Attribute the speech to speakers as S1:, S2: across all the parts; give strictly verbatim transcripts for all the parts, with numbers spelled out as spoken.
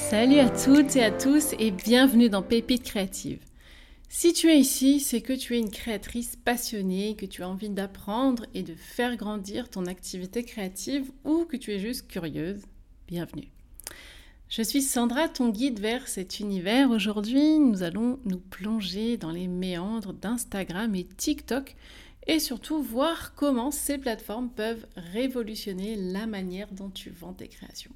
S1: Salut à toutes et à tous et bienvenue dans Pépites Créatives. Si tu es ici, c'est que tu es une créatrice passionnée, que tu as envie d'apprendre et de faire grandir ton activité créative ou que tu es juste curieuse. Bienvenue. Je suis Sandra, ton guide vers cet univers. Aujourd'hui, nous allons nous plonger dans les méandres d'Instagram et TikTok et surtout voir comment ces plateformes peuvent révolutionner la manière dont tu vends tes créations.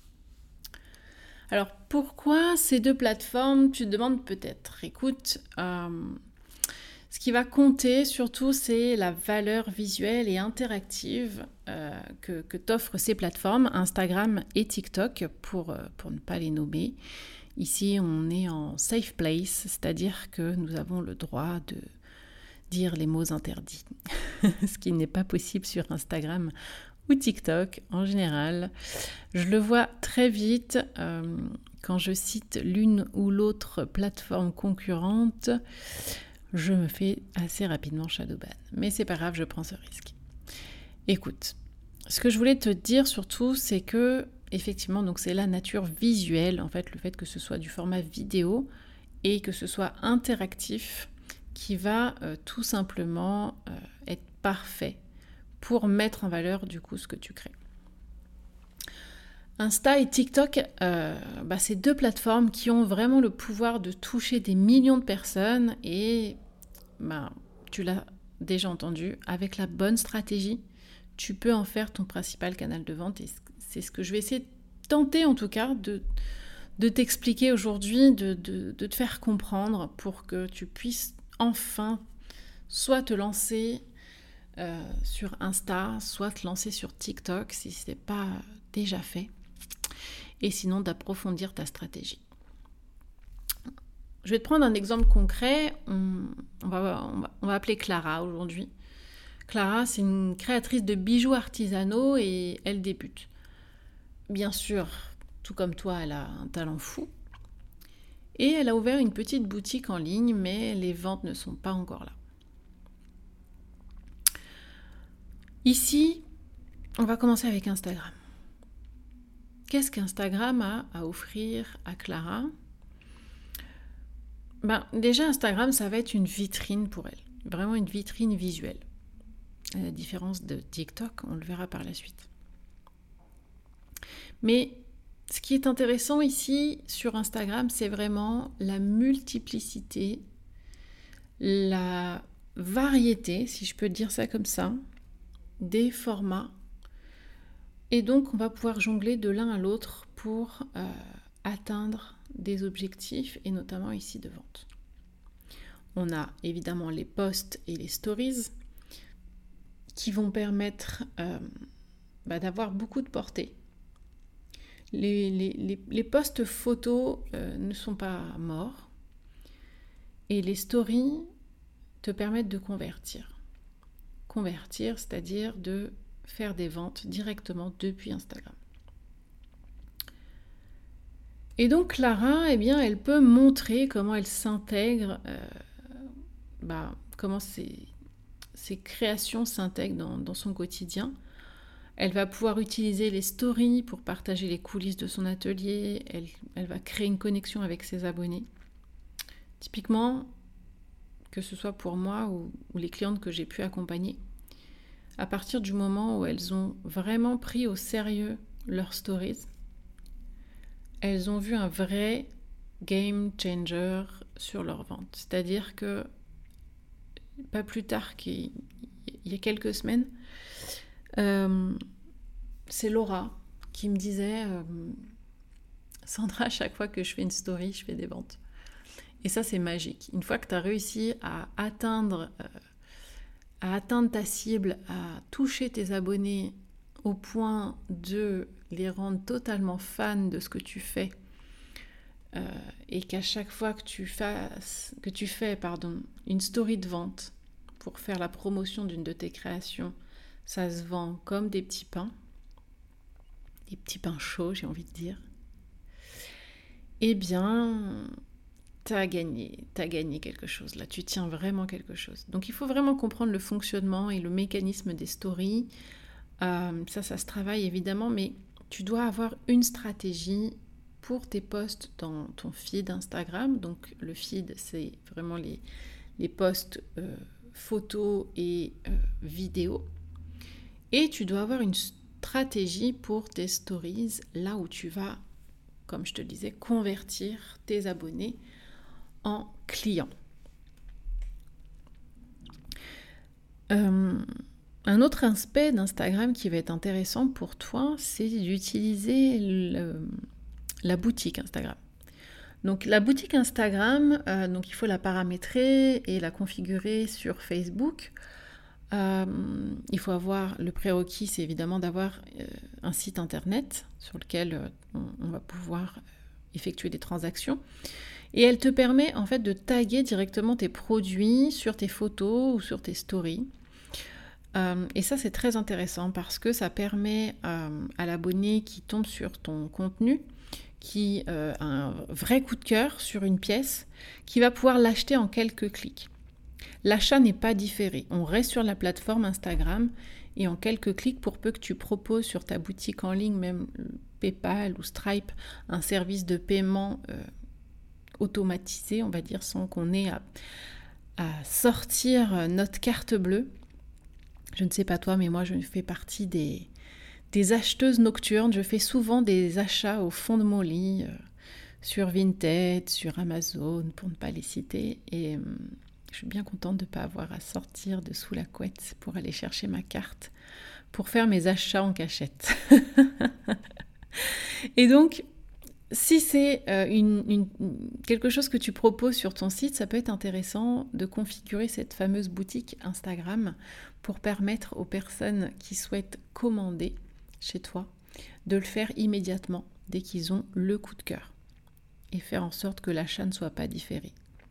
S1: Alors pourquoi ces deux plateformes? Tu te demandes peut-être. Écoute, euh, ce qui va compter surtout, c'est la valeur visuelle et interactive euh, que, que t'offrent ces plateformes, Instagram et TikTok, pour, euh, pour ne pas les nommer. Ici, on est en safe place, c'est-à-dire que nous avons le droit de dire les mots interdits, ce qui n'est pas possible sur Instagram ou TikTok en général. Je le vois très vite euh, quand je cite l'une ou l'autre plateforme concurrente, je me fais assez rapidement shadowban. Mais c'est pas grave, je prends ce risque. Écoute, ce que je voulais te dire surtout, c'est que effectivement, donc c'est la nature visuelle, en fait, le fait que ce soit du format vidéo et que ce soit interactif, qui va euh, tout simplement euh, être parfait pour mettre en valeur du coup ce que tu crées. Insta et TikTok, euh, bah, c'est deux plateformes qui ont vraiment le pouvoir de toucher des millions de personnes et bah, tu l'as déjà entendu, avec la bonne stratégie, tu peux en faire ton principal canal de vente et c'est ce que je vais essayer de tenter en tout cas de, de t'expliquer aujourd'hui, de, de, de te faire comprendre pour que tu puisses enfin soit te lancer Euh, sur Insta, soit te lancer sur TikTok si ce n'est pas déjà fait, et sinon d'approfondir ta stratégie. Je vais te prendre un exemple concret. On, on, va, on, va, on va appeler Clara aujourd'hui. Clara, c'est une créatrice de bijoux artisanaux et elle débute. Bien sûr, tout comme toi, elle a un talent fou. Et elle a ouvert une petite boutique en ligne, mais les ventes ne sont pas encore là. Ici, on va commencer avec Instagram. Qu'est-ce qu'Instagram a à offrir à Clara? Ben, déjà, Instagram, ça va être une vitrine pour elle. Vraiment une vitrine visuelle. À la différence de TikTok, on le verra par la suite. Mais ce qui est intéressant ici sur Instagram, c'est vraiment la multiplicité, la variété, si je peux dire ça comme ça, des formats. Et donc, on va pouvoir jongler de l'un à l'autre pour euh, atteindre des objectifs, et notamment ici de vente. On a évidemment les posts et les stories qui vont permettre euh, bah, d'avoir beaucoup de portée. Les, les, les, les posts photos euh, ne sont pas morts et les stories te permettent de convertir. Convertir, c'est-à-dire de faire des ventes directement depuis Instagram. Et donc Clara, eh bien, elle peut montrer comment elle s'intègre, euh, bah, comment ses, ses créations s'intègrent dans, dans son quotidien. Elle va pouvoir utiliser les stories pour partager les coulisses de son atelier. Elle, elle va créer une connexion avec ses abonnés. Typiquement, que ce soit pour moi ou, ou les clientes que j'ai pu accompagner, à partir du moment où elles ont vraiment pris au sérieux leurs stories, elles ont vu un vrai game changer sur leur vente. C'est-à-dire que, pas plus tard qu'il y a quelques semaines, euh, c'est Laura qui me disait euh, « Sandra, à chaque fois que je fais une story, je fais des ventes. » Et ça, c'est magique. Une fois que tu as réussi à atteindre... Euh, à atteindre ta cible, à toucher tes abonnés au point de les rendre totalement fans de ce que tu fais euh, et qu'à chaque fois que tu, fasses, que tu fais pardon, une story de vente pour faire la promotion d'une de tes créations, ça se vend comme des petits pains, des petits pains chauds, j'ai envie de dire, eh bien... T'as gagné, t'as gagné quelque chose, là, tu tiens vraiment quelque chose. Donc il faut vraiment comprendre le fonctionnement et le mécanisme des stories. Euh, ça, ça se travaille évidemment, mais tu dois avoir une stratégie pour tes posts dans ton feed Instagram. Donc le feed, c'est vraiment les, les posts euh, photos et euh, vidéos. Et tu dois avoir une stratégie pour tes stories, là où tu vas, comme je te le disais, convertir tes abonnés en clients. Euh, un autre aspect d'Instagram qui va être intéressant pour toi, c'est d'utiliser le, la boutique Instagram. Donc la boutique Instagram, euh, donc il faut la paramétrer et la configurer sur Facebook. Euh, il faut avoir, le prérequis, c'est évidemment d'avoir euh, un site internet sur lequel euh, on, on va pouvoir effectuer des transactions. Et elle te permet en fait de taguer directement tes produits sur tes photos ou sur tes stories. Euh, et ça, c'est très intéressant parce que ça permet euh, à l'abonné qui tombe sur ton contenu, qui euh, a un vrai coup de cœur sur une pièce, qui va pouvoir l'acheter en quelques clics. L'achat n'est pas différé. On reste sur la plateforme Instagram et en quelques clics, pour peu que tu proposes sur ta boutique en ligne, même PayPal ou Stripe, un service de paiement euh, automatisé, on va dire, sans qu'on ait à, à sortir notre carte bleue. Je ne sais pas toi, mais moi je fais partie des, des acheteuses nocturnes. Je fais souvent des achats au fond de mon lit, euh, sur Vinted, sur Amazon, pour ne pas les citer. Et euh, je suis bien contente de ne pas avoir à sortir de sous la couette pour aller chercher ma carte, pour faire mes achats en cachette. Et donc, si c'est euh, une, une, quelque chose que tu proposes sur ton site, ça peut être intéressant de configurer cette fameuse boutique Instagram pour permettre aux personnes qui souhaitent commander chez toi de le faire immédiatement dès qu'ils ont le coup de cœur et faire en sorte que l'achat ne soit pas différé.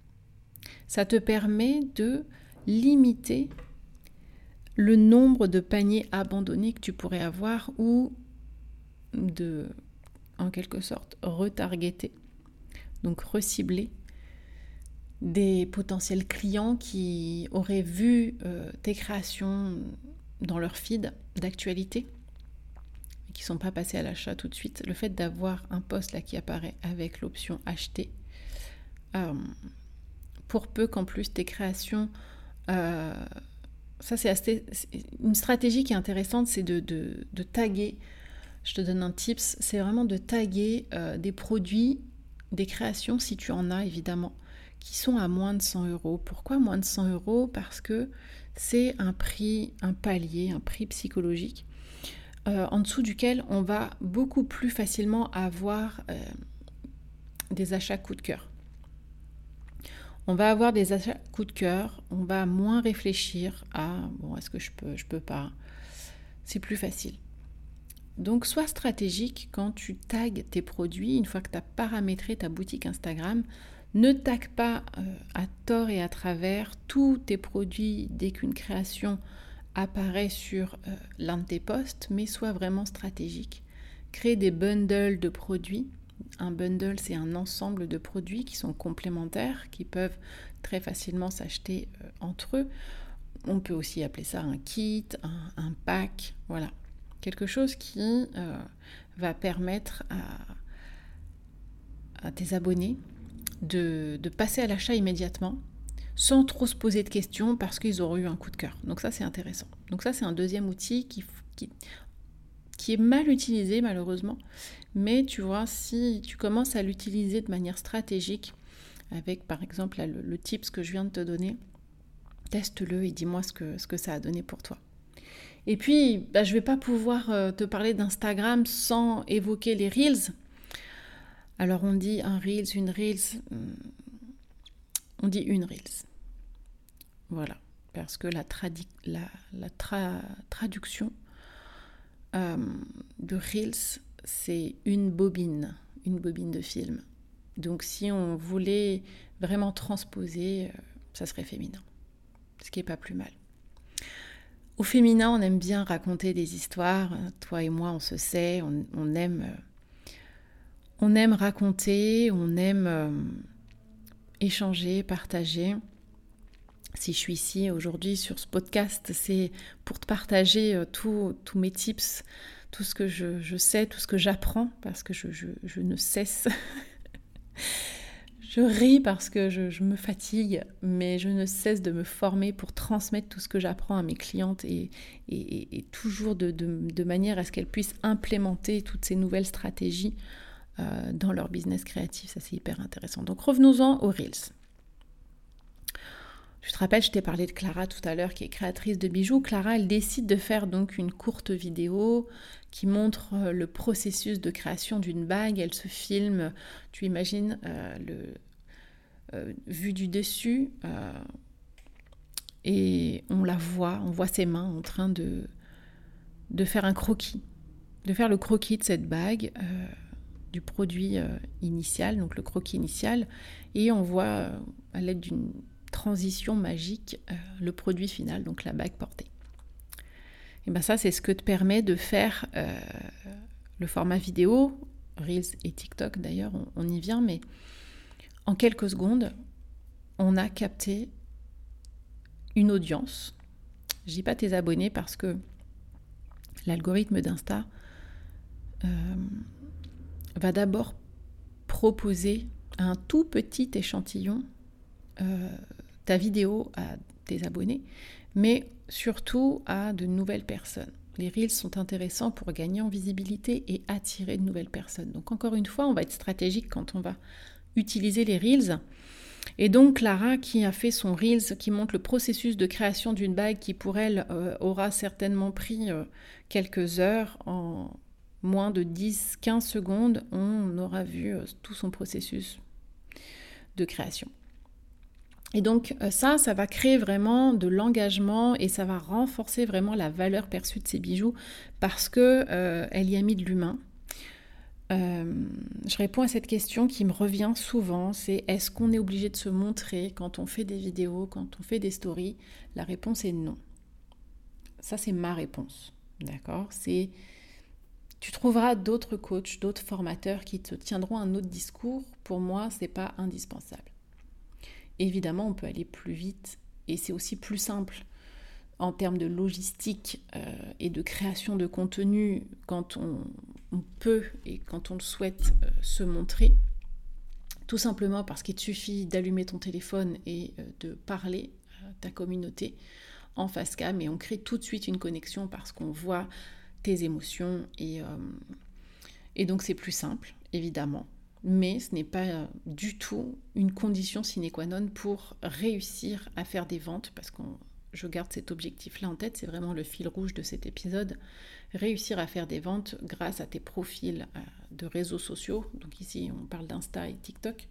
S1: Ça te permet de limiter le nombre de paniers abandonnés que tu pourrais avoir ou de, en quelque sorte, retargeter, donc recibler des potentiels clients qui auraient vu euh, tes créations dans leur feed d'actualité et qui ne sont pas passés à l'achat tout de suite. Le fait d'avoir un post là qui apparaît avec l'option acheter, euh, pour peu qu'en plus tes créations, euh, ça c'est assez, c'est une stratégie qui est intéressante, c'est de, de, de taguer. Je te donne un tips, c'est vraiment de taguer euh, des produits, des créations, si tu en as évidemment, qui sont à moins de cent euros. Pourquoi moins de cent euros ? Parce que c'est un prix, un palier, un prix psychologique, euh, en dessous duquel on va beaucoup plus facilement avoir euh, des achats coup de cœur. On va avoir des achats coup de cœur, on va moins réfléchir à bon, est-ce que je peux, je peux pas. C'est plus facile. Donc sois stratégique quand tu tagues tes produits. Une fois que tu as paramétré ta boutique Instagram, ne tague pas euh, à tort et à travers tous tes produits dès qu'une création apparaît sur euh, l'un de tes posts, mais sois vraiment stratégique. Crée des bundles de produits. Un bundle, c'est un ensemble de produits qui sont complémentaires, qui peuvent très facilement s'acheter euh, entre eux. On peut aussi appeler ça un kit, un, un pack, voilà. Quelque chose qui euh, va permettre à, à tes abonnés de, de passer à l'achat immédiatement sans trop se poser de questions parce qu'ils auront eu un coup de cœur. Donc ça, c'est intéressant. Donc ça, c'est un deuxième outil qui, qui, qui est mal utilisé malheureusement. Mais tu vois, si tu commences à l'utiliser de manière stratégique, avec par exemple là, le, le tips que je viens de te donner, teste-le et dis-moi ce que, ce que ça a donné pour toi. Et puis, bah, je ne vais pas pouvoir euh, te parler d'Instagram sans évoquer les Reels. Alors on dit un Reels, une Reels, on dit une Reels. Voilà, parce que la, tradi- la, la tra- traduction euh, de Reels, c'est une bobine, une bobine de film. Donc si on voulait vraiment transposer, euh, ça serait féminin, ce qui n'est pas plus mal. Au féminin, on aime bien raconter des histoires. Toi et moi, on se sait, on, on aime, on aime raconter, on aime euh, échanger, partager. Si je suis ici aujourd'hui sur ce podcast, c'est pour te partager euh, tous mes tips, tout ce que je, je sais, tout ce que j'apprends, parce que je, je, je ne cesse. Je ris parce que je, je me fatigue, mais je ne cesse de me former pour transmettre tout ce que j'apprends à mes clientes et, et, et toujours de, de, de manière à ce qu'elles puissent implémenter toutes ces nouvelles stratégies euh, dans leur business créatif. Ça, c'est hyper intéressant. Donc, revenons-en aux Reels. Je te rappelle, je t'ai parlé de Clara tout à l'heure, qui est créatrice de bijoux. Clara, elle décide de faire donc une courte vidéo qui montre le processus de création d'une bague. Elle se filme, tu imagines, euh, le, euh, vu du dessus, euh, et on la voit, on voit ses mains en train de, de faire un croquis, de faire le croquis de cette bague, euh, du produit euh, initial, donc le croquis initial, et on voit euh, à l'aide d'une transition magique, euh, le produit final, donc la bague portée. Et bien ça, c'est ce que te permet de faire euh, le format vidéo, Reels et TikTok d'ailleurs, on, on y vient, mais en quelques secondes, on a capté une audience. Je dis pas tes abonnés parce que l'algorithme d'Insta euh, va d'abord proposer un tout petit échantillon euh, ta vidéo à tes abonnés, mais surtout à de nouvelles personnes. Les Reels sont intéressants pour gagner en visibilité et attirer de nouvelles personnes. Donc encore une fois, on va être stratégique quand on va utiliser les Reels. Et donc Clara, qui a fait son Reels, qui montre le processus de création d'une bague qui pour elle euh, aura certainement pris euh, quelques heures, en moins de dix à quinze secondes, on aura vu euh, tout son processus de création. Et donc ça, ça va créer vraiment de l'engagement et ça va renforcer vraiment la valeur perçue de ces bijoux parce qu'elle euh, y a mis de l'humain. Euh, je réponds à cette question qui me revient souvent, c'est est-ce qu'on est obligé de se montrer quand on fait des vidéos, quand on fait des stories? La réponse est non. Ça, c'est ma réponse, d'accord? C'est, tu trouveras d'autres coachs, d'autres formateurs qui te tiendront un autre discours. Pour moi, c'est pas indispensable. Évidemment, on peut aller plus vite et c'est aussi plus simple en termes de logistique euh, et de création de contenu quand on, on peut et quand on le souhaite euh, se montrer. Tout simplement parce qu'il te suffit d'allumer ton téléphone et euh, de parler à ta communauté en face cam et on crée tout de suite une connexion parce qu'on voit tes émotions et, euh, et donc c'est plus simple, évidemment. Mais ce n'est pas du tout une condition sine qua non pour réussir à faire des ventes, parce que je garde cet objectif-là en tête, c'est vraiment le fil rouge de cet épisode, réussir à faire des ventes grâce à tes profils de réseaux sociaux, donc ici on parle d'Insta et TikTok.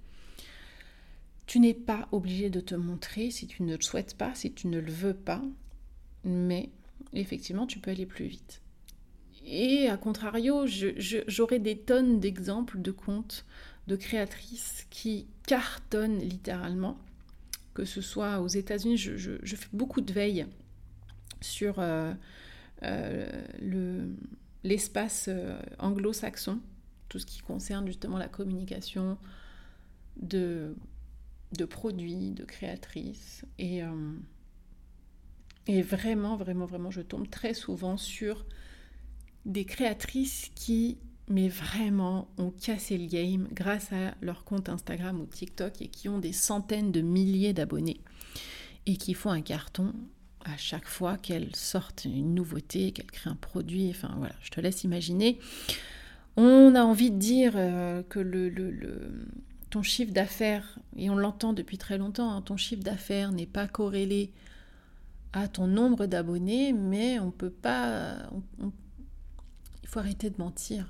S1: Tu n'es pas obligé de te montrer si tu ne le souhaites pas, si tu ne le veux pas, mais effectivement tu peux aller plus vite. Et à contrario, je, je, j'aurais des tonnes d'exemples de comptes de créatrices qui cartonnent littéralement, que ce soit aux États-Unis. Je, je, je fais beaucoup de veille sur euh, euh, le, l'espace euh, anglo-saxon, tout ce qui concerne justement la communication de, de produits, de créatrices. Et, euh, et vraiment, vraiment, vraiment, je tombe très souvent sur des créatrices qui, mais vraiment, ont cassé le game grâce à leur compte Instagram ou TikTok et qui ont des centaines de milliers d'abonnés et qui font un carton à chaque fois qu'elles sortent une nouveauté, qu'elles créent un produit. Enfin voilà, je te laisse imaginer. On a envie de dire euh, que le, le, le, ton chiffre d'affaires, et on l'entend depuis très longtemps, hein, ton chiffre d'affaires n'est pas corrélé à ton nombre d'abonnés, mais on peut pas... On, on, il faut arrêter de mentir.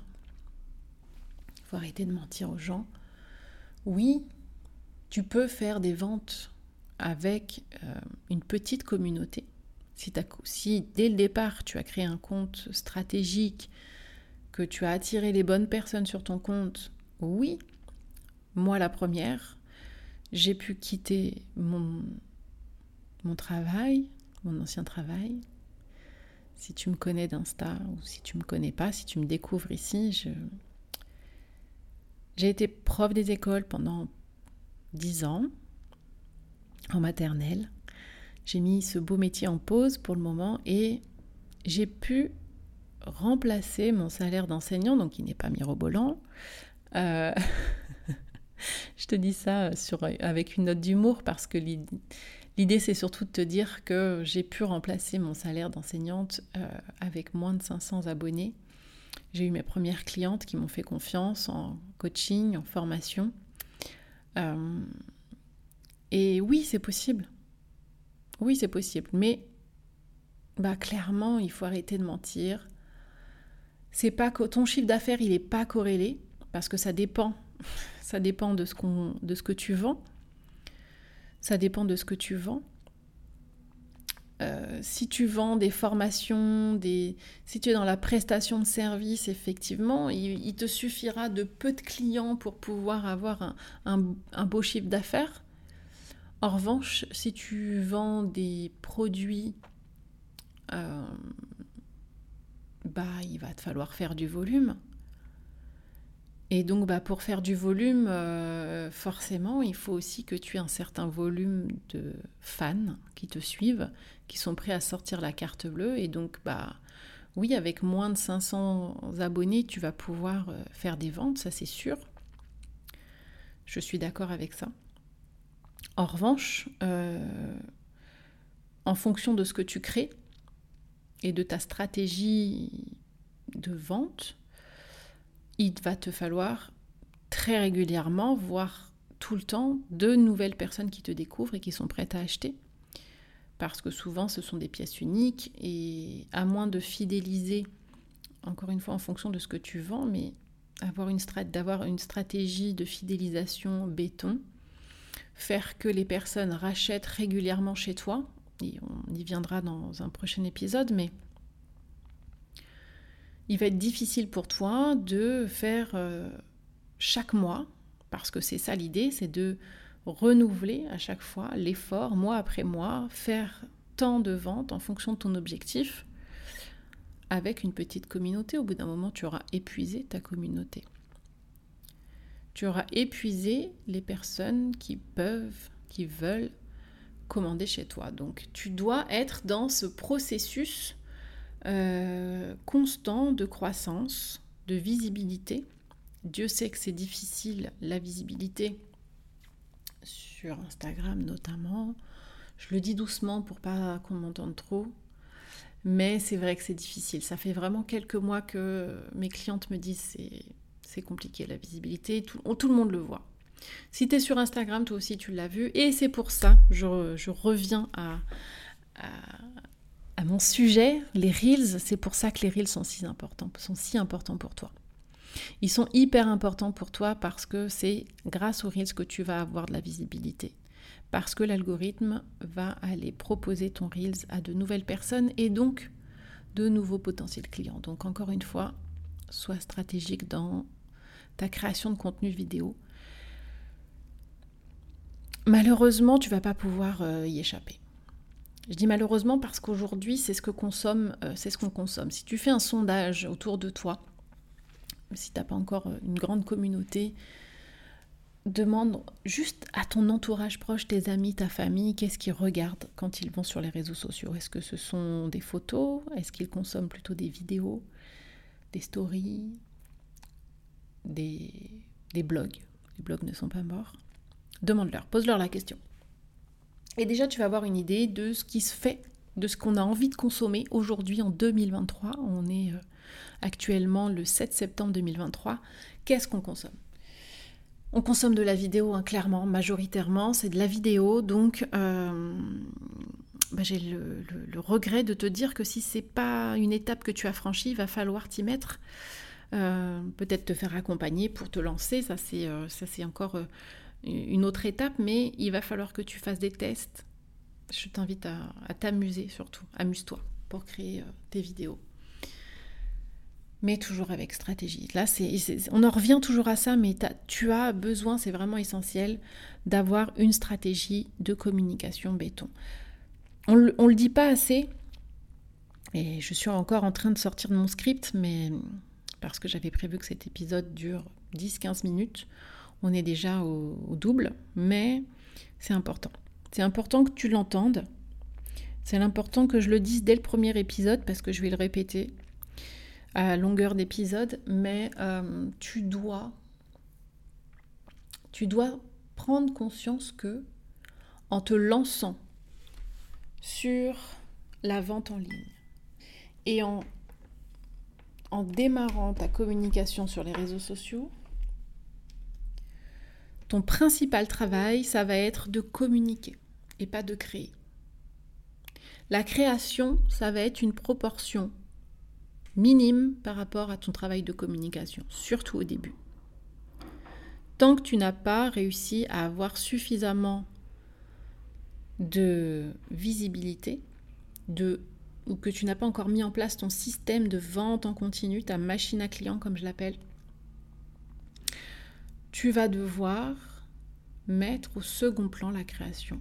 S1: Il faut arrêter de mentir aux gens. Oui, tu peux faire des ventes avec euh, une petite communauté. Si, si dès le départ, tu as créé un compte stratégique, que tu as attiré les bonnes personnes sur ton compte, oui, moi la première, j'ai pu quitter mon, mon travail, mon ancien travail. Si tu me connais d'Insta ou si tu ne me connais pas, si tu me découvres ici, je... j'ai été prof des écoles pendant dix ans, en maternelle. j'ai mis ce beau métier en pause pour le moment et j'ai pu remplacer mon salaire d'enseignant, donc il n'est pas mirobolant. Euh... je te dis ça sur, avec une note d'humour parce que l'idée, l'idée c'est surtout de te dire que j'ai pu remplacer mon salaire d'enseignante euh, avec moins de cinq cents abonnés. J'ai eu mes premières clientes qui m'ont fait confiance en coaching, en formation. Euh, et oui, c'est possible. Oui, c'est possible. Mais bah, clairement, il faut arrêter de mentir. C'est pas que ton chiffre d'affaires, il n'est pas corrélé parce que ça dépend. Ça dépend de ce qu'on, de ce que tu vends. Ça dépend de ce que tu vends. Euh, si tu vends des formations, des... si tu es dans la prestation de service, effectivement, il, il te suffira de peu de clients pour pouvoir avoir un, un, un beau chiffre d'affaires. En revanche, si tu vends des produits, euh, bah, il va te falloir faire du volume. Et donc, bah, pour faire du volume, euh, forcément, il faut aussi que tu aies un certain volume de fans qui te suivent, qui sont prêts à sortir la carte bleue. Et donc, bah, oui, avec moins de cinq cents abonnés, tu vas pouvoir euh, faire des ventes, ça c'est sûr. Je suis d'accord avec ça. En revanche, euh, en fonction de ce que tu crées et de ta stratégie de vente, il va te falloir très régulièrement, voire tout le temps, de nouvelles personnes qui te découvrent et qui sont prêtes à acheter. Parce que souvent, ce sont des pièces uniques et à moins de fidéliser, encore une fois, en fonction de ce que tu vends, mais avoir une strat- d'avoir une stratégie de fidélisation béton, faire que les personnes rachètent régulièrement chez toi, et on y viendra dans un prochain épisode, mais il va être difficile pour toi de faire euh, chaque mois, parce que c'est ça l'idée, c'est de renouveler à chaque fois l'effort, mois après mois, faire tant de ventes en fonction de ton objectif, avec une petite communauté. Au bout d'un moment, tu auras épuisé ta communauté. Tu auras épuisé les personnes qui peuvent, qui veulent commander chez toi. Donc, tu dois être dans ce processus Euh, constant de croissance, de visibilité. Dieu sait que c'est difficile, la visibilité, sur Instagram notamment. Je le dis doucement pour pas qu'on m'entende trop, mais c'est vrai que c'est difficile. Ça fait vraiment quelques mois que mes clientes me disent c'est, c'est compliqué la visibilité, tout, tout le monde le voit. Si tu es sur Instagram, toi aussi tu l'as vu, et c'est pour ça, je, je reviens à... à à mon sujet, les Reels, c'est pour ça que les Reels sont si importants, sont si importants pour toi. Ils sont hyper importants pour toi parce que c'est grâce aux Reels que tu vas avoir de la visibilité. Parce que l'algorithme va aller proposer ton Reels à de nouvelles personnes et donc de nouveaux potentiels clients. Donc encore une fois, sois stratégique dans ta création de contenu vidéo. Malheureusement, tu ne vas pas pouvoir y échapper. Je dis malheureusement parce qu'aujourd'hui, c'est ce que consomme, euh, c'est ce qu'on consomme. Si tu fais un sondage autour de toi, si tu n'as pas encore une grande communauté, demande juste à ton entourage proche, tes amis, ta famille, qu'est-ce qu'ils regardent quand ils vont sur les réseaux sociaux. Est-ce que ce sont des photos? Est-ce qu'ils consomment plutôt des vidéos, des stories, des, des blogs? Les blogs ne sont pas morts. Demande-leur, pose-leur la question. Et déjà, tu vas avoir une idée de ce qui se fait, de ce qu'on a envie de consommer aujourd'hui en deux mille vingt-trois. On est euh, actuellement le sept septembre deux mille vingt-trois. Qu'est-ce qu'on consomme? On consomme de la vidéo, hein, clairement, majoritairement, c'est de la vidéo. Donc, euh, bah, j'ai le, le, le regret de te dire que si ce n'est pas une étape que tu as franchie, il va falloir t'y mettre. Euh, peut-être te faire accompagner pour te lancer, ça c'est, euh, ça, c'est encore... Euh, une autre étape, mais il va falloir que tu fasses des tests. Je t'invite à, à t'amuser surtout. Amuse-toi pour créer euh, tes vidéos. Mais toujours avec stratégie. Là, c'est, c'est, on en revient toujours à ça, mais tu as besoin, c'est vraiment essentiel, d'avoir une stratégie de communication béton. On ne le dit pas assez, et je suis encore en train de sortir de mon script, mais parce que j'avais prévu que cet épisode dure dix à quinze minutes. On est déjà au, au double, mais c'est important. C'est important que tu l'entendes C'est important que je le dise dès le premier épisode parce que je vais le répéter à longueur d'épisode, mais euh, tu dois, tu dois prendre conscience que en te lançant sur la vente en ligne et en, en démarrant ta communication sur les réseaux sociaux, ton principal travail, ça va être de communiquer et pas de créer. La création, ça va être une proportion minime par rapport à ton travail de communication, surtout au début. Tant que tu n'as pas réussi à avoir suffisamment de visibilité, de, ou que tu n'as pas encore mis en place ton système de vente en continu, ta machine à clients comme je l'appelle, tu vas devoir mettre au second plan la création.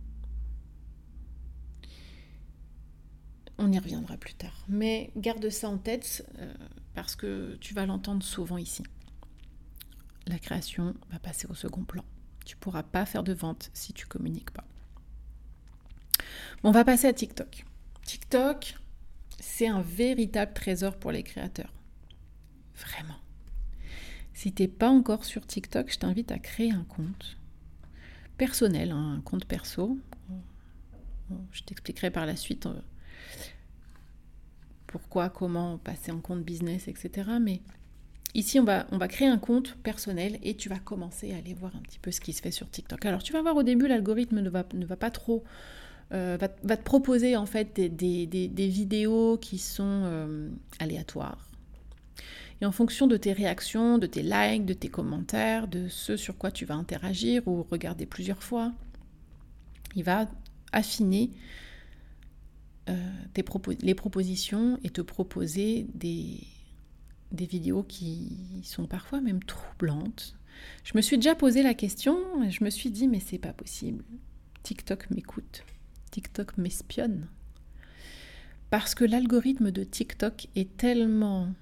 S1: On y reviendra plus tard. Mais garde ça en tête euh, parce que tu vas l'entendre souvent ici. La création va passer au second plan. Tu ne pourras pas faire de vente si tu ne communiques pas. Bon, on va passer à TikTok. TikTok, c'est un véritable trésor pour les créateurs. Vraiment. Si tu n'es pas encore sur TikTok, je t'invite à créer un compte personnel, hein, un compte perso. Je t'expliquerai par la suite euh, pourquoi, comment passer en compte business, et cetera. Mais ici, on va, on va créer un compte personnel et tu vas commencer à aller voir un petit peu ce qui se fait sur TikTok. Alors, tu vas voir au début, l'algorithme ne va, ne va pas trop... Euh, va, va te proposer en fait des, des, des, des vidéos qui sont euh, aléatoires. Et en fonction de tes réactions, de tes likes, de tes commentaires, de ce sur quoi tu vas interagir ou regarder plusieurs fois, il va affiner euh, tes propos- les propositions et te proposer des, des vidéos qui sont parfois même troublantes. Je me suis déjà posé la question et je me suis dit mais c'est pas possible. TikTok m'écoute. TikTok m'espionne. Parce que l'algorithme de TikTok est tellement...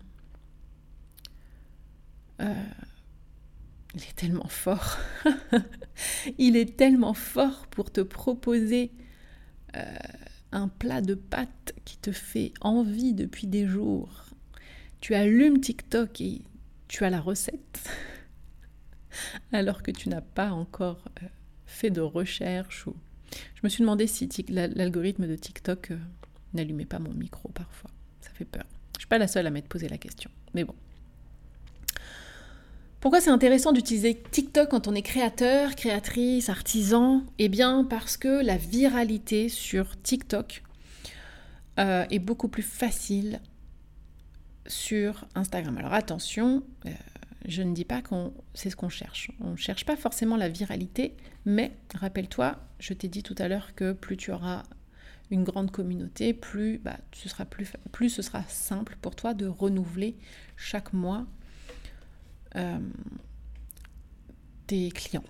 S1: Euh, il est tellement fort. Il est tellement fort pour te proposer euh, un plat de pâtes qui te fait envie depuis des jours. Tu allumes TikTok et tu as la recette. Alors que tu n'as pas encore euh, fait de recherche ou... Je me suis demandé si tic- l'algorithme de TikTok euh, n'allumait pas mon micro parfois. Ça fait peur. Je ne suis pas la seule à m'être posé la question. Mais bon. Pourquoi c'est intéressant d'utiliser TikTok quand on est créateur, créatrice, artisan ? Eh bien parce que la viralité sur TikTok euh, est beaucoup plus facile sur Instagram. Alors attention, euh, je ne dis pas que c'est ce qu'on cherche. On ne cherche pas forcément la viralité, mais rappelle-toi, je t'ai dit tout à l'heure que plus tu auras une grande communauté, plus, bah, ce sera plus, plus ce sera simple pour toi de renouveler chaque mois euh, tes clients.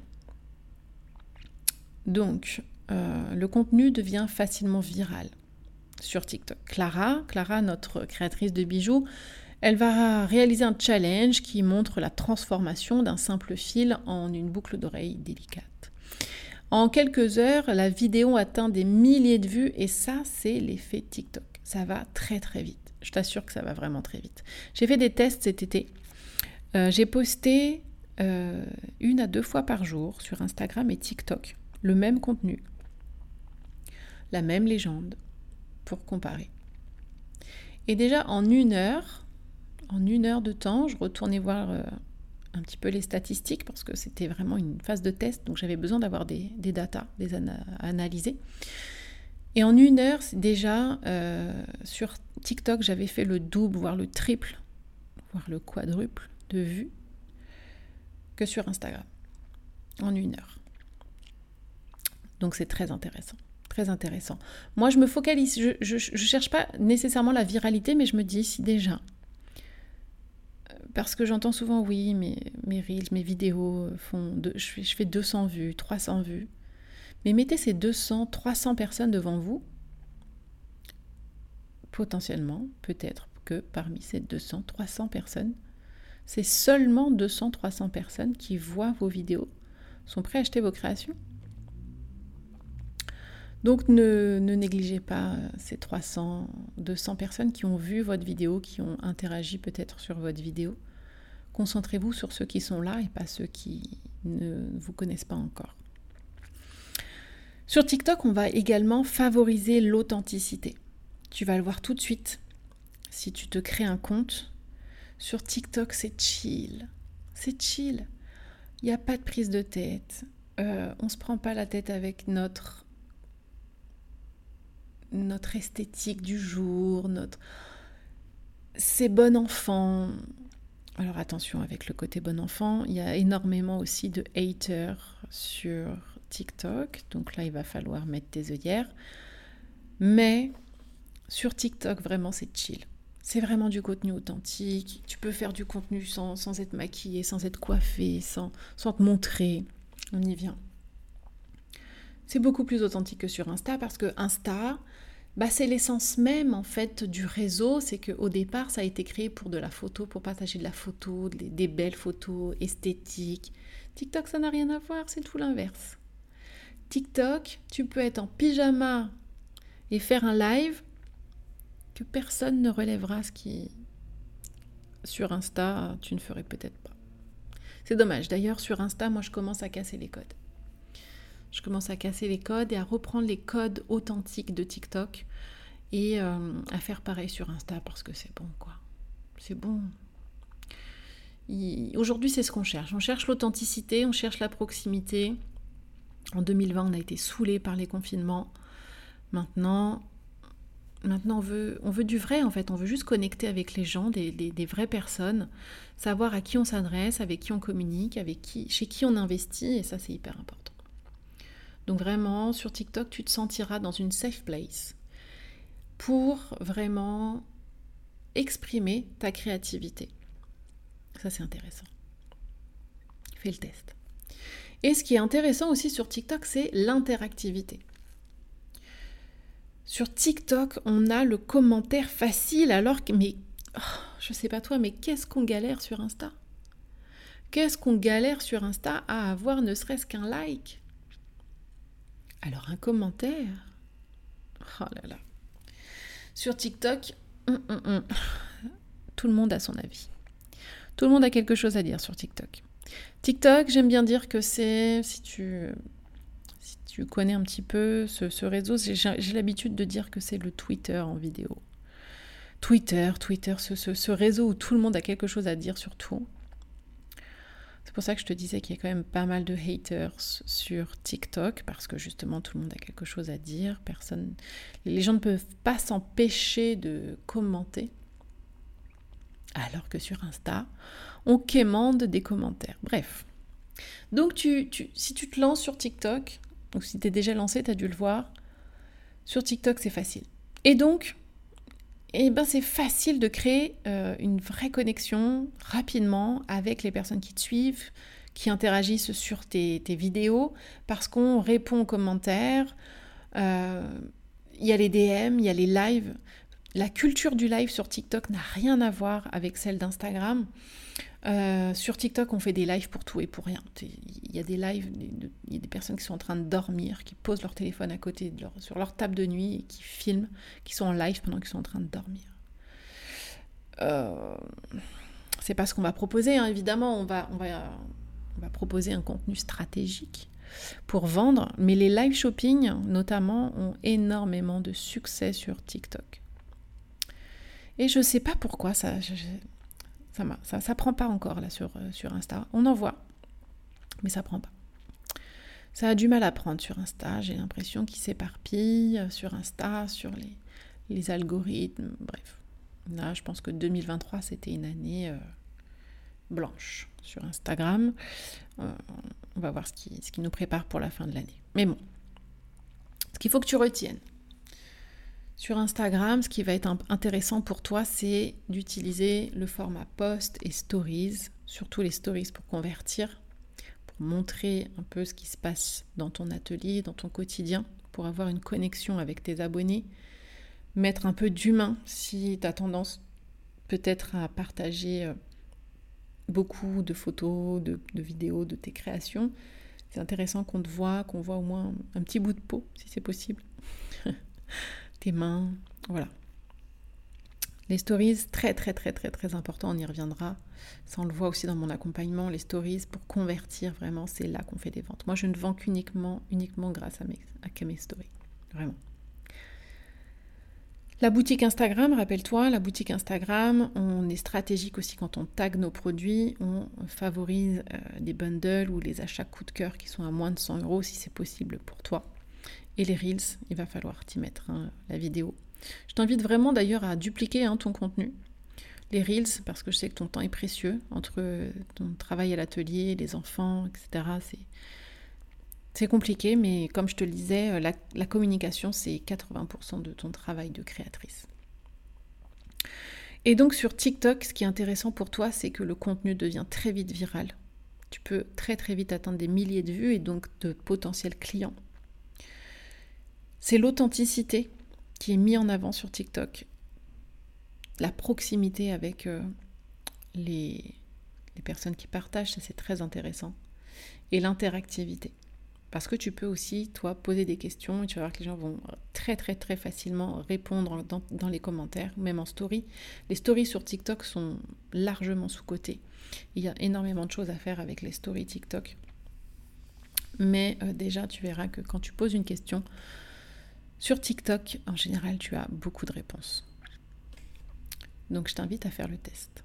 S1: Donc, euh, le contenu devient facilement viral sur TikTok. Clara, Clara, notre créatrice de bijoux, elle va réaliser un challenge qui montre la transformation d'un simple fil en une boucle d'oreille délicate. En quelques heures, la vidéo atteint des milliers de vues et ça, c'est l'effet TikTok. Ça va très très vite. Je t'assure que ça va vraiment très vite. J'ai fait des tests cet été. Euh, j'ai posté euh, une à deux fois par jour sur Instagram et TikTok le même contenu, la même légende pour comparer. Et déjà en une heure, en une heure de temps, je retournais voir euh, un petit peu les statistiques parce que c'était vraiment une phase de test, donc j'avais besoin d'avoir des, des datas, des ana- à analyser. Et en une heure, c'est déjà euh, sur TikTok, j'avais fait le double, voire le triple, voire le quadruple de vues que sur Instagram en une heure. Donc c'est très intéressant. Très intéressant. Moi, je me focalise, je ne cherche pas nécessairement la viralité, mais je me dis si déjà, parce que j'entends souvent, oui, mes, mes reels, mes vidéos, font de, je, fais, je fais deux cents vues, trois cents vues, mais mettez ces deux cents, trois cents personnes devant vous, potentiellement, peut-être que parmi ces deux cents, trois cents personnes, c'est seulement deux cents, trois cents personnes qui voient vos vidéos, sont prêts à acheter vos créations. Donc ne, ne négligez pas ces trois cents, deux cents personnes qui ont vu votre vidéo, qui ont interagi peut-être sur votre vidéo. Concentrez-vous sur ceux qui sont là et pas ceux qui ne vous connaissent pas encore. Sur TikTok, on va également favoriser l'authenticité. Tu vas le voir tout de suite. Si tu te crées un compte, sur TikTok, c'est chill. C'est chill. Il n'y a pas de prise de tête. Euh, on ne se prend pas la tête avec notre, notre esthétique du jour. Notre... C'est bon enfant. Alors attention avec le côté bon enfant. Il y a énormément aussi de haters sur TikTok. Donc là, il va falloir mettre tes œillères. Mais sur TikTok, vraiment, c'est chill. C'est vraiment du contenu authentique. Tu peux faire du contenu sans, sans être maquillé, sans être coiffé, sans, sans te montrer. On y vient. C'est beaucoup plus authentique que sur Insta parce que Insta, bah, c'est l'essence même en fait du réseau. C'est qu'au départ, ça a été créé pour de la photo, pour partager de la photo, des, des belles photos esthétiques. TikTok, ça n'a rien à voir, c'est tout l'inverse. TikTok, tu peux être en pyjama et faire un live que personne ne relèvera ce qui... Sur Insta, tu ne ferais peut-être pas. C'est dommage. D'ailleurs, sur Insta, moi, je commence à casser les codes. Je commence à casser les codes et à reprendre les codes authentiques de TikTok et euh, à faire pareil sur Insta parce que c'est bon, quoi. C'est bon. Il... Aujourd'hui, c'est ce qu'on cherche. On cherche l'authenticité, on cherche la proximité. En deux mille vingt, on a été saoulés par les confinements. Maintenant... Maintenant, on veut, on veut du vrai, en fait. On veut juste connecter avec les gens, des, des, des vraies personnes, savoir à qui on s'adresse, avec qui on communique, avec qui, chez qui on investit, et ça, c'est hyper important. Donc vraiment, sur TikTok, tu te sentiras dans une safe place pour vraiment exprimer ta créativité. Ça, c'est intéressant. Fais le test. Et ce qui est intéressant aussi sur TikTok, c'est l'interactivité. Sur TikTok, on a le commentaire facile, alors que, mais, oh, je sais pas toi, mais qu'est-ce qu'on galère sur Insta ? Qu'est-ce qu'on galère sur Insta à avoir ne serait-ce qu'un like ? Alors un commentaire ? Oh là là. Sur TikTok, hum, hum, hum. Tout le monde a son avis. Tout le monde a quelque chose à dire sur TikTok. TikTok, j'aime bien dire que c'est, si tu... Tu connais un petit peu ce, ce réseau, j'ai, j'ai l'habitude de dire que c'est le Twitter en vidéo. Twitter, Twitter, ce, ce, ce réseau où tout le monde a quelque chose à dire sur tout. C'est pour ça que je te disais qu'il y a quand même pas mal de haters sur TikTok, parce que justement tout le monde a quelque chose à dire. Personne, les gens ne peuvent pas s'empêcher de commenter. Alors que sur Insta, on quémande des commentaires. Bref. Donc tu, tu, si tu te lances sur TikTok... Donc si tu es déjà lancé, tu as dû le voir. Sur TikTok, c'est facile. Et donc, eh ben, c'est facile de créer euh, une vraie connexion rapidement avec les personnes qui te suivent, qui interagissent sur tes, tes vidéos, parce qu'on répond aux commentaires. Euh, il y a les D M, il y a les lives. La culture du live sur TikTok n'a rien à voir avec celle d'Instagram. Euh, sur TikTok, on fait des lives pour tout et pour rien. Il y a des lives, il y a des personnes qui sont en train de dormir, qui posent leur téléphone à côté de leur, sur leur table de nuit et qui filment, qui sont en live pendant qu'ils sont en train de dormir. Euh, c'est pas ce qu'on va proposer, hein, évidemment. On va, on, va, on va proposer un contenu stratégique pour vendre, mais les live shopping, notamment, ont énormément de succès sur TikTok. Et je sais pas pourquoi ça... Je, je, Ça ne ça, ça prend pas encore là sur, euh, sur Insta. On en voit, mais ça prend pas. Ça a du mal à prendre sur Insta. J'ai l'impression qu'il s'éparpille sur Insta, sur les, les algorithmes. Bref, là, je pense que deux mille vingt-trois, c'était une année euh, blanche sur Instagram. Euh, on va voir ce qui, ce qui nous prépare pour la fin de l'année. Mais bon, ce qu'il faut que tu retiennes, sur Instagram, ce qui va être intéressant pour toi, c'est d'utiliser le format post et stories, surtout les stories pour convertir, pour montrer un peu ce qui se passe dans ton atelier, dans ton quotidien, pour avoir une connexion avec tes abonnés, mettre un peu d'humain si tu as tendance peut-être à partager beaucoup de photos, de, de vidéos de tes créations. C'est intéressant qu'on te voit, qu'on voit au moins un petit bout de peau, si c'est possible. Tes mains, voilà. Les stories, très très très très très important, on y reviendra. Ça, on le voit aussi dans mon accompagnement, les stories, pour convertir vraiment, c'est là qu'on fait des ventes. Moi, je ne vends qu'uniquement uniquement grâce à mes, à mes stories, vraiment. La boutique Instagram, rappelle-toi, la boutique Instagram, on est stratégique aussi quand on tag nos produits, on favorise euh, les bundles ou les achats coup de cœur qui sont à moins de cent euros si c'est possible pour toi. Et les Reels, il va falloir t'y mettre, hein, la vidéo. Je t'invite vraiment d'ailleurs à dupliquer hein, ton contenu. Les Reels, parce que je sais que ton temps est précieux, entre ton travail à l'atelier, les enfants, et cetera. C'est, c'est compliqué, mais comme je te le disais, la, la communication, c'est quatre-vingts pour cent de ton travail de créatrice. Et donc sur TikTok, ce qui est intéressant pour toi, c'est que le contenu devient très vite viral. Tu peux très très vite atteindre des milliers de vues et donc de potentiels clients. C'est l'authenticité qui est mise en avant sur TikTok. La proximité avec euh, les, les personnes qui partagent, ça c'est très intéressant. Et l'interactivité. Parce que tu peux aussi, toi, poser des questions et tu vas voir que les gens vont très très très facilement répondre dans, dans les commentaires, même en story. Les stories sur TikTok sont largement sous-cotées. Il y a énormément de choses à faire avec les stories TikTok. Mais euh, déjà, tu verras que quand tu poses une question sur TikTok, en général, tu as beaucoup de réponses. Donc, je t'invite à faire le test.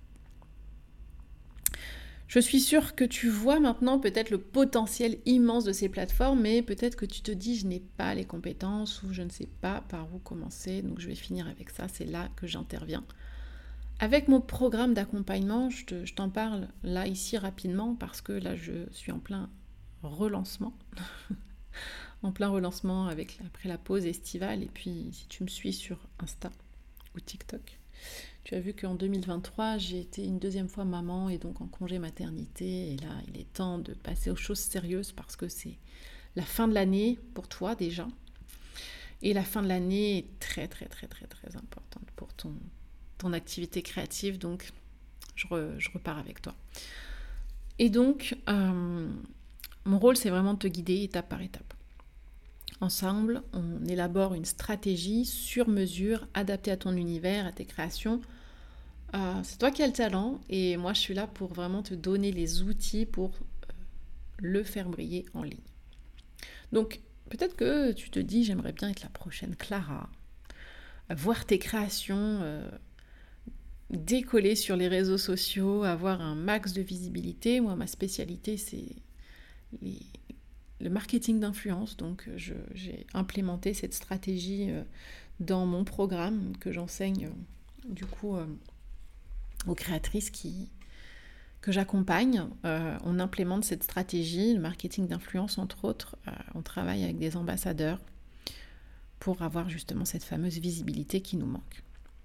S1: Je suis sûre que tu vois maintenant peut-être le potentiel immense de ces plateformes, mais peut-être que tu te dis je n'ai pas les compétences ou je ne sais pas par où commencer, donc je vais finir avec ça, c'est là que j'interviens. Avec mon programme d'accompagnement, je, te, je t'en parle là ici rapidement parce que là je suis en plein relancement, en plein relancement avec, après la pause estivale, et puis si tu me suis sur Insta ou TikTok, tu as vu qu'en deux mille vingt-trois, j'ai été une deuxième fois maman et donc en congé maternité. Et là, il est temps de passer aux choses sérieuses parce que c'est la fin de l'année pour toi déjà. Et la fin de l'année est très, très, très, très, très importante pour ton, ton activité créative. Donc, je, re, je repars avec toi. Et donc, euh, mon rôle, c'est vraiment de te guider étape par étape. Ensemble, on élabore une stratégie sur mesure, adaptée à ton univers, à tes créations. Euh, c'est toi qui as le talent et moi je suis là pour vraiment te donner les outils pour euh, le faire briller en ligne. Donc peut-être que tu te dis j'aimerais bien être la prochaine Clara, voir tes créations euh, décoller sur les réseaux sociaux, avoir un max de visibilité. Moi ma spécialité c'est les, le marketing d'influence, donc je, j'ai implémenté cette stratégie euh, dans mon programme que j'enseigne euh, du coup euh, aux créatrices qui, que j'accompagne. Euh, on implémente cette stratégie, le marketing d'influence entre autres. Euh, on travaille avec des ambassadeurs pour avoir justement cette fameuse visibilité qui nous manque.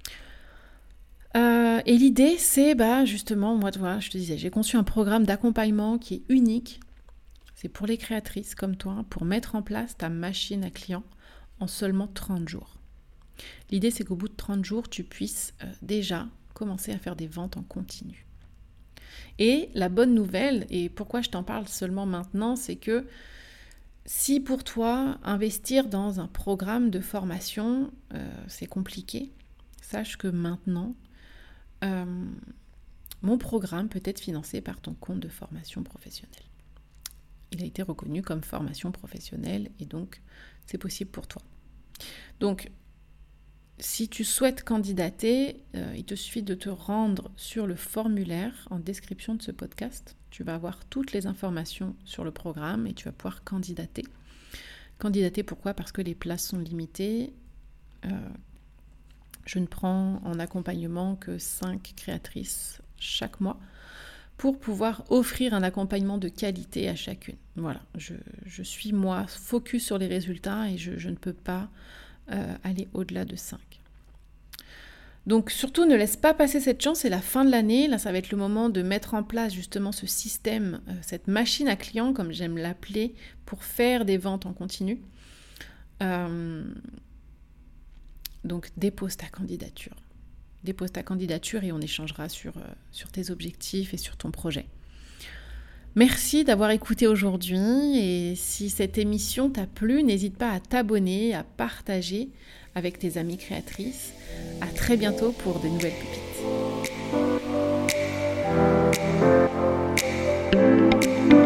S1: Euh, et l'idée, c'est bah, justement, moi, tu vois, je te disais, j'ai conçu un programme d'accompagnement qui est unique. C'est pour les créatrices comme toi, pour mettre en place ta machine à clients en seulement trente jours. L'idée, c'est qu'au bout de trente jours, tu puisses euh, déjà commencer à faire des ventes en continu. Et la bonne nouvelle, et pourquoi je t'en parle seulement maintenant, c'est que si pour toi, investir dans un programme de formation, euh, c'est compliqué, sache que maintenant, euh, mon programme peut être financé par ton compte de formation professionnelle. Il a été reconnu comme formation professionnelle et donc c'est possible pour toi. Donc, si tu souhaites candidater, euh, il te suffit de te rendre sur le formulaire en description de ce podcast. Tu vas avoir toutes les informations sur le programme et tu vas pouvoir candidater. Candidater, pourquoi ? Parce que les places sont limitées. Euh, je ne prends en accompagnement que cinq créatrices chaque mois pour pouvoir offrir un accompagnement de qualité à chacune. Voilà, je, je suis moi focus sur les résultats et je, je ne peux pas euh, aller au-delà de cinq. Donc surtout ne laisse pas passer cette chance, c'est la fin de l'année, là ça va être le moment de mettre en place justement ce système, euh, cette machine à clients comme j'aime l'appeler, pour faire des ventes en continu. Euh, donc dépose ta candidature. Dépose ta candidature et on échangera sur, euh, sur tes objectifs et sur ton projet. Merci d'avoir écouté aujourd'hui et si cette émission t'a plu, n'hésite pas à t'abonner, à partager avec tes amies créatrices. À très bientôt pour de nouvelles pépites.